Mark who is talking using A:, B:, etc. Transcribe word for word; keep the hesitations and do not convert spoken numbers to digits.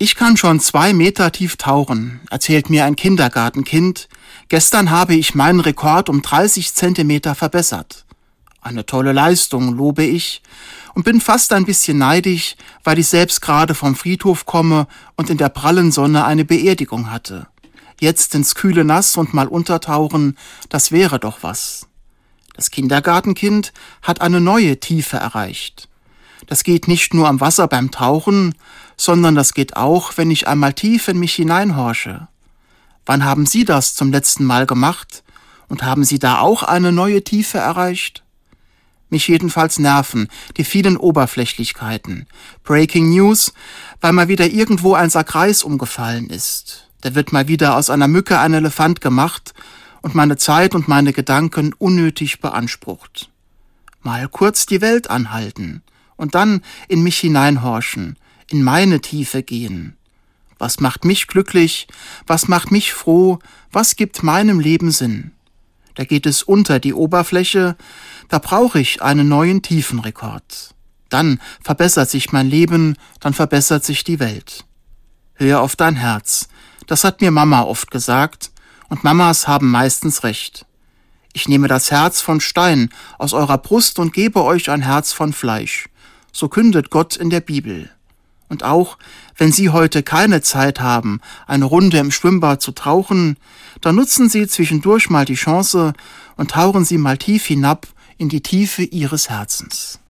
A: Ich kann schon zwei Meter tief tauchen, erzählt mir ein Kindergartenkind. Gestern habe ich meinen Rekord um dreißig Zentimeter verbessert. Eine tolle Leistung, lobe ich, und bin fast ein bisschen neidisch, weil ich selbst gerade vom Friedhof komme und in der prallen Sonne eine Beerdigung hatte. Jetzt ins kühle Nass und mal untertauchen, das wäre doch was. Das Kindergartenkind hat eine neue Tiefe erreicht. Das geht nicht nur am Wasser beim Tauchen, sondern das geht auch, wenn ich einmal tief in mich hineinhorche. Wann haben Sie das zum letzten Mal gemacht? Und haben Sie da auch eine neue Tiefe erreicht? Mich jedenfalls nerven die vielen Oberflächlichkeiten. Breaking News, weil mal wieder irgendwo ein Sack Reis umgefallen ist. Da wird mal wieder aus einer Mücke ein Elefant gemacht und meine Zeit und meine Gedanken unnötig beansprucht. Mal kurz die Welt anhalten und dann in mich hineinhorchen, in meine Tiefe gehen. Was macht mich glücklich? Was macht mich froh? Was gibt meinem Leben Sinn? Da geht es unter die Oberfläche, da brauche ich einen neuen Tiefenrekord. Dann verbessert sich mein Leben, dann verbessert sich die Welt. Hör auf dein Herz, das hat mir Mama oft gesagt, und Mamas haben meistens recht. Ich nehme das Herz von Stein aus eurer Brust und gebe euch ein Herz von Fleisch. So kündet Gott in der Bibel. Und auch, wenn Sie heute keine Zeit haben, eine Runde im Schwimmbad zu tauchen, dann nutzen Sie zwischendurch mal die Chance und tauchen Sie mal tief hinab in die Tiefe Ihres Herzens.